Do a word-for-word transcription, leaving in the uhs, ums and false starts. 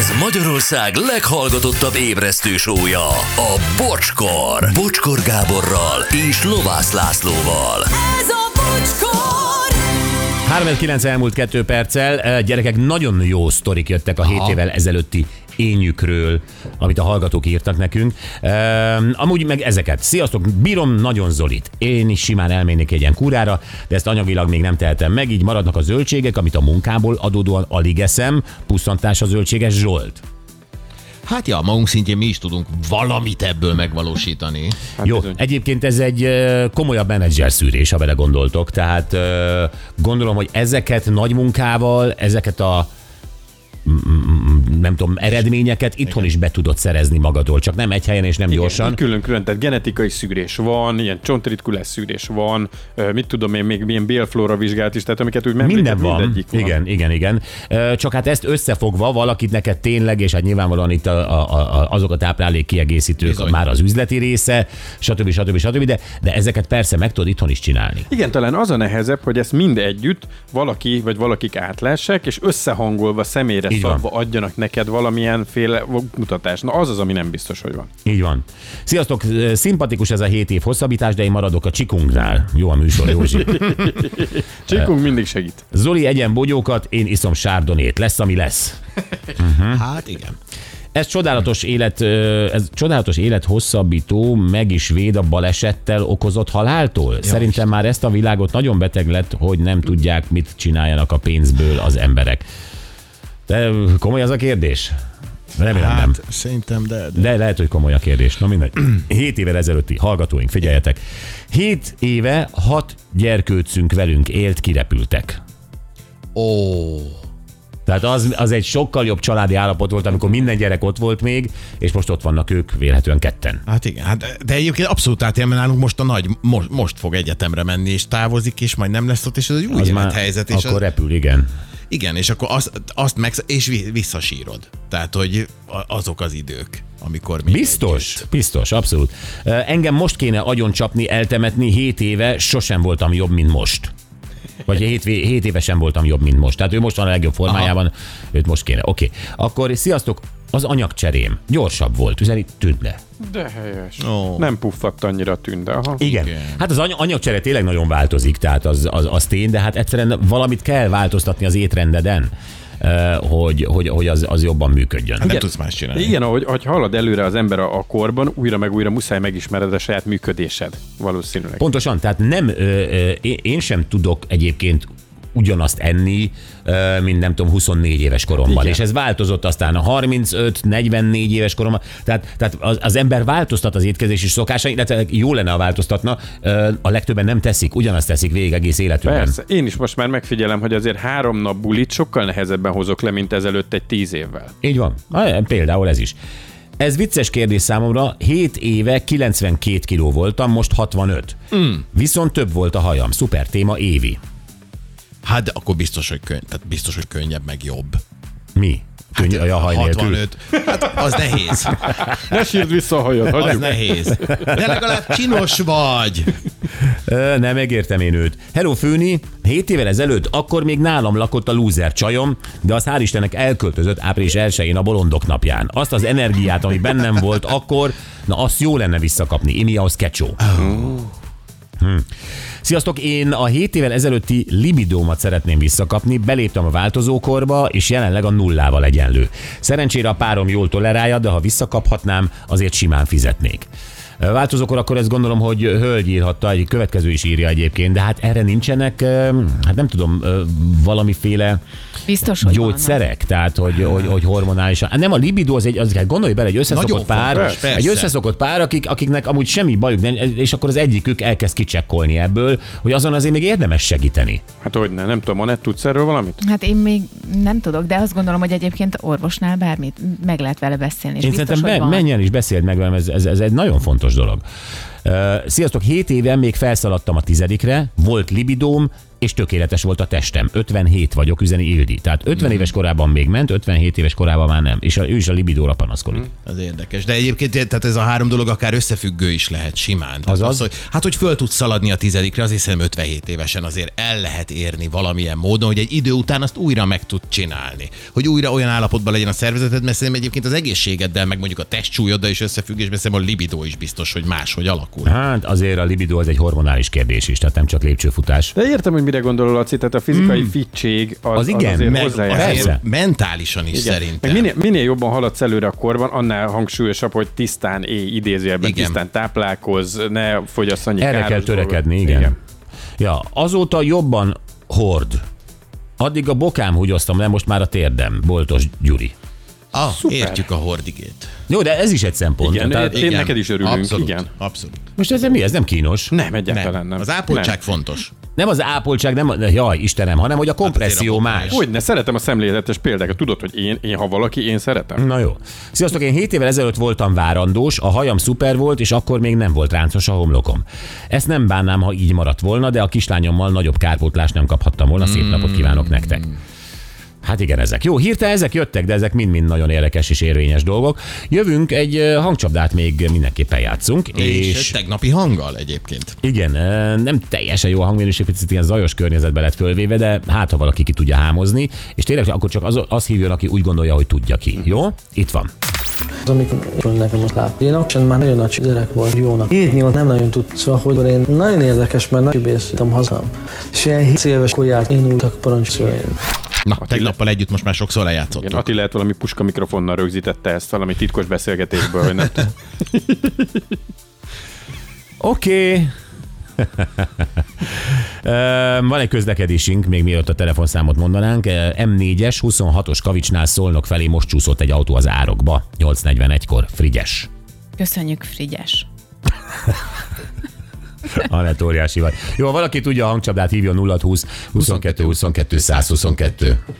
Ez Magyarország leghallgatottabb ébresztő show-ja, a Bocskor. Bocskor Gáborral és Lovász Lászlóval. Ez a Bocskor! három kilenc elmúlt kettő perccel. Gyerekek, nagyon jó sztorik jöttek a hét évvel ezelőtti énjükről, amit a hallgatók írtak nekünk. Um, amúgy meg ezeket. Sziasztok, bírom nagyon Zolit. Én is simán elmennék egy ilyen kurára, de ezt anyagilag még nem tehetem meg, így maradnak a zöldségek, amit a munkából adódóan alig eszem. Pusszantás a zöldséges Zsolt. Hát ja, magunk szintjén mi is tudunk valamit ebből megvalósítani. Hát jó, bizony. Egyébként ez egy komolyabb menedzser szűrés, ha vele gondoltok. Tehát gondolom, hogy ezeket nagy munkával, ezeket a nem tudom, eredményeket itthon is be tudod szerezni magadról, csak nem egy helyen és nem igen, gyorsan. Külön-külön, tehát genetikai szűrés van, ilyen csontritkulás szűrés van, mit tudom én, még milyen bélflóra vizsgálat is, tehát amiket úgy nem minden van. van. Igen, igen, igen. Csak hát ezt összefogva valakit neked tényleg, és hát nyilvánvalóan itt a, a, a, azok a táplálék kiegészítők bizony. Már az üzleti része, stb. stb. stb. De, de ezeket persze meg tudod itthon is csinálni. Igen, talán az a nehezebb, hogy ezt mind együtt valaki vagy valakik átlássák, és összehangolva személyre szabva adjanak neked valamilyenféle mutatást. Na az az, ami nem biztos, hogy van. Így van. Sziasztok, szimpatikus ez a hét év hosszabbítás, de én maradok a csikungnál. Jó a műsor, Józsi. Csikunk mindig segít. Zoli egyen bogyókat, én iszom sárdonét. Lesz, ami lesz. Uh-huh. Hát igen. Ez csodálatos élet, ez csodálatos élet hosszabbító, meg is véd a balesettel okozott haláltól. Ja, Szerintem már ezt a világot nagyon beteg lett, hogy nem tudják, mit csináljanak a pénzből az emberek. De komoly az a kérdés? Remélem hát, nem. Szerintem, de, de... De lehet, hogy komoly a kérdés. Na mindegy. Hét évvel ezelőtti hallgatóink, figyeljetek. Hét éve hat gyerkőcünk velünk élt, kirepültek. Ó... Oh. Tehát az, az egy sokkal jobb családi állapot volt, amikor minden gyerek ott volt még, és most ott vannak ők vélhetően ketten. Hát igen, hát, de egyébként abszolút átélmen nálunk most a nagy, most, most fog egyetemre menni, és távozik, és majd nem lesz ott, és ez egy új élethelyzet. És akkor az... repül, igen. Igen, és akkor azt, azt meg, és visszasírod. Tehát, hogy azok az idők, amikor mi biztos, együtt. biztos, abszolút. Engem most kéne agyoncsapni, eltemetni, hét éve sosem voltam jobb, mint most. Vagy hét, hét éve sem voltam jobb, mint most. Tehát ő most van a legjobb formájában, aha. Őt most kéne. Oké. Okay. Akkor sziasztok, az anyagcserém gyorsabb volt, üzeni Tünde. De helyes. Oh. Nem puffadt annyira Tünde. Aha. Igen. Igen. Hát az anyagcsere tényleg nagyon változik, tehát az, az, az tény, de hát egyszerűen valamit kell változtatni az étrendeden, hogy, hogy, hogy az, az jobban működjön. Hát nem tudsz más csinálni. Igen, ahogy, ahogy halad előre az ember a, a korban, újra meg újra muszáj megismered a saját működésed. Valószínűleg. Pontosan, tehát nem, én sem tudok egyébként ugyanazt enni, mint nem tudom, huszonnégy éves koromban. Igen. És ez változott aztán a harmincöt negyvennégy éves koromban. Tehát, tehát az, az ember változtat az étkezési szokásai, illetve jó lenne, ha változtatna. A legtöbben nem teszik, ugyanazt teszik végig egész életükben. Persze. Én is most már megfigyelem, hogy azért három nap bulit sokkal nehezebben hozok le, mint ezelőtt egy tíz évvel. Így van. Például ez is. Ez vicces kérdés számomra, hét éve kilencvenkét kiló voltam, most hatvanöt. Mm. Viszont több volt a hajam. Szuper téma, Évi. Hát de akkor biztos, hogy, könny- tehát biztos, hogy könnyebb, meg jobb. Mi? Könny- hát, a haj hatvanöt. Hát az nehéz. Ne sírd vissza a hajad. Az nehéz. De legalább csinos vagy. Nem megértem én őt. Hello Főni, hét évvel ezelőtt akkor még nálam lakott a lúzer csajom, de az hál' Istennek elköltözött április elsején a bolondok napján. Azt az energiát, ami bennem volt akkor, na azt jó lenne visszakapni. Imiahoz kecsó. Oh. Hm. Sziasztok, én a hét évvel ezelőtti libidómat szeretném visszakapni, beléptem a változókorba, és jelenleg a nullával egyenlő. Szerencsére a párom jól tolerálja, de ha visszakaphatnám, azért simán fizetnék. Változókor akkor ezt gondolom, hogy hölgy írhatta, egy következő is írja egyébként, de hát erre nincsenek, hát nem tudom, valamiféle biztos, hogy gyógyszerek, vannak. Tehát hogy, hogy, hogy hormonális. Nem, a libidó az egy, az, gondolj bele, egy összeszokott nagyon pár, fontos, egy összeszokott pár, akik, akiknek amúgy semmi bajuk, és akkor az egyikük elkezd kicsekkolni ebből, hogy azon azért még érdemes segíteni. Hát hogy ne, nem tudom, Anett, tudsz erről valamit? Hát én még nem tudok, de azt gondolom, hogy egyébként orvosnál bármit meg lehet vele beszélni. És én biztos, szerintem be, menjen is beszéld meg velem, ez, ez, ez egy nagyon fontos dolog. Uh, sziasztok, hét éve még felszaladtam a tizedikre, volt libidóm, és tökéletes volt a testem. ötvenhét vagyok, üzeni Ildi. Tehát ötven éves korában még ment, ötvenhét éves korában már nem. És a, ő is a libidóra panaszkodik. Az érdekes. De egyébként tehát ez a három dolog akár összefüggő is lehet simán. Az az, hogy, hát, hogy föl tudsz szaladni a tizedikre, azért szerintem ötvenhét évesen azért el lehet érni valamilyen módon, hogy egy idő után azt újra meg tud csinálni. Hogy újra olyan állapotban legyen a szervezeted, mert szerintem egyébként az egészségeddel, meg mondjuk a testsúlyoddal is összefüggésben szerintem a libidó is biztos, hogy máshogy alakul. Hát azért a libidó az egy hormonális kérdés is, tehát nem csak lépcsőfutás. De értem, hogy mire gondol Laci, tehát a fizikai mm. fittség az, az, igen, az azért meg, hozzájárul. Mentálisan is igen. Szerintem. Minél, minél jobban haladsz előre a korban, annál hangsúlyosabb, hogy tisztán éj, idézőjelben, tisztán táplálkozz, ne fogyasz annyi erre kell törekedni, igen. igen. Ja, azóta jobban hord. Addig a bokám húgyoztam le, most már a térdem. Boltos Gyuri. Ah, szuper. Értjük a hordigét. Jó, de ez is egy szempont. Igen, tehát, én neked is örülünk. Abszolút, igen. abszolút. Most ez mi? Ez nem kínos? Nem, egyáltalán nem. nem. Az ápoltság nem. fontos. Nem az ápoltság, nem, jaj, Istenem, hanem hogy a kompresszió hát más. Hogyne, szeretem a szemléletes példákat. Tudod, hogy én, én, ha valaki, én szeretem. Na jó. Sziasztok, én hét évvel ezelőtt voltam várandós, a hajam szuper volt, és akkor még nem volt ráncos a homlokom. Ezt nem bánnám, ha így maradt volna, de a kislányommal nagyobb kárpótlást nem kaphattam volna. Szép napot kívánok nektek. Hát igen, ezek. Jó, hirtelen ezek jöttek, de ezek mind-mind nagyon érdekes és érvényes dolgok. Jövünk, egy hangcsapdát még mindenképpen játszunk. És, és tegnapi hanggal egyébként. Igen, nem teljesen jó a hangminőség, picit ilyen zajos környezetbe lett fölvéve, de hát ha valaki ki tudja hámozni, és tényleg akkor csak az, az hívjon, aki úgy gondolja, hogy tudja ki. Jó? Itt van. Az, amikor nekem most lát. Én akkor már nagyon nagy gyerek volt, jónak. Hét nyolc nem nagyon tud, szóval, hogy én nagyon érdekes, mert nagy bészítem hazám. És ilyen hét éves kolyát én úrtak parancsoljon. Na, tegnappal együtt most már sokszor lejátszottuk. Igen, Atti lehet valami puska mikrofonnal rögzítette ezt, valami titkos beszélgetésből, hogy nem tudom. Oké. Van egy közlekedésünk, még mielőtt a telefonszámot mondanánk. em négyes, huszonhatos Kavicsnál Szolnok felé most csúszott egy autó az árokba. nyolc negyvenegykor. Frigyes. Köszönjük, Frigyes. Anett, óriási vagy. Jó, valaki tudja a hangcsapdát, hívjon nulla húsz huszonkettő huszonkettő száz huszonkettő.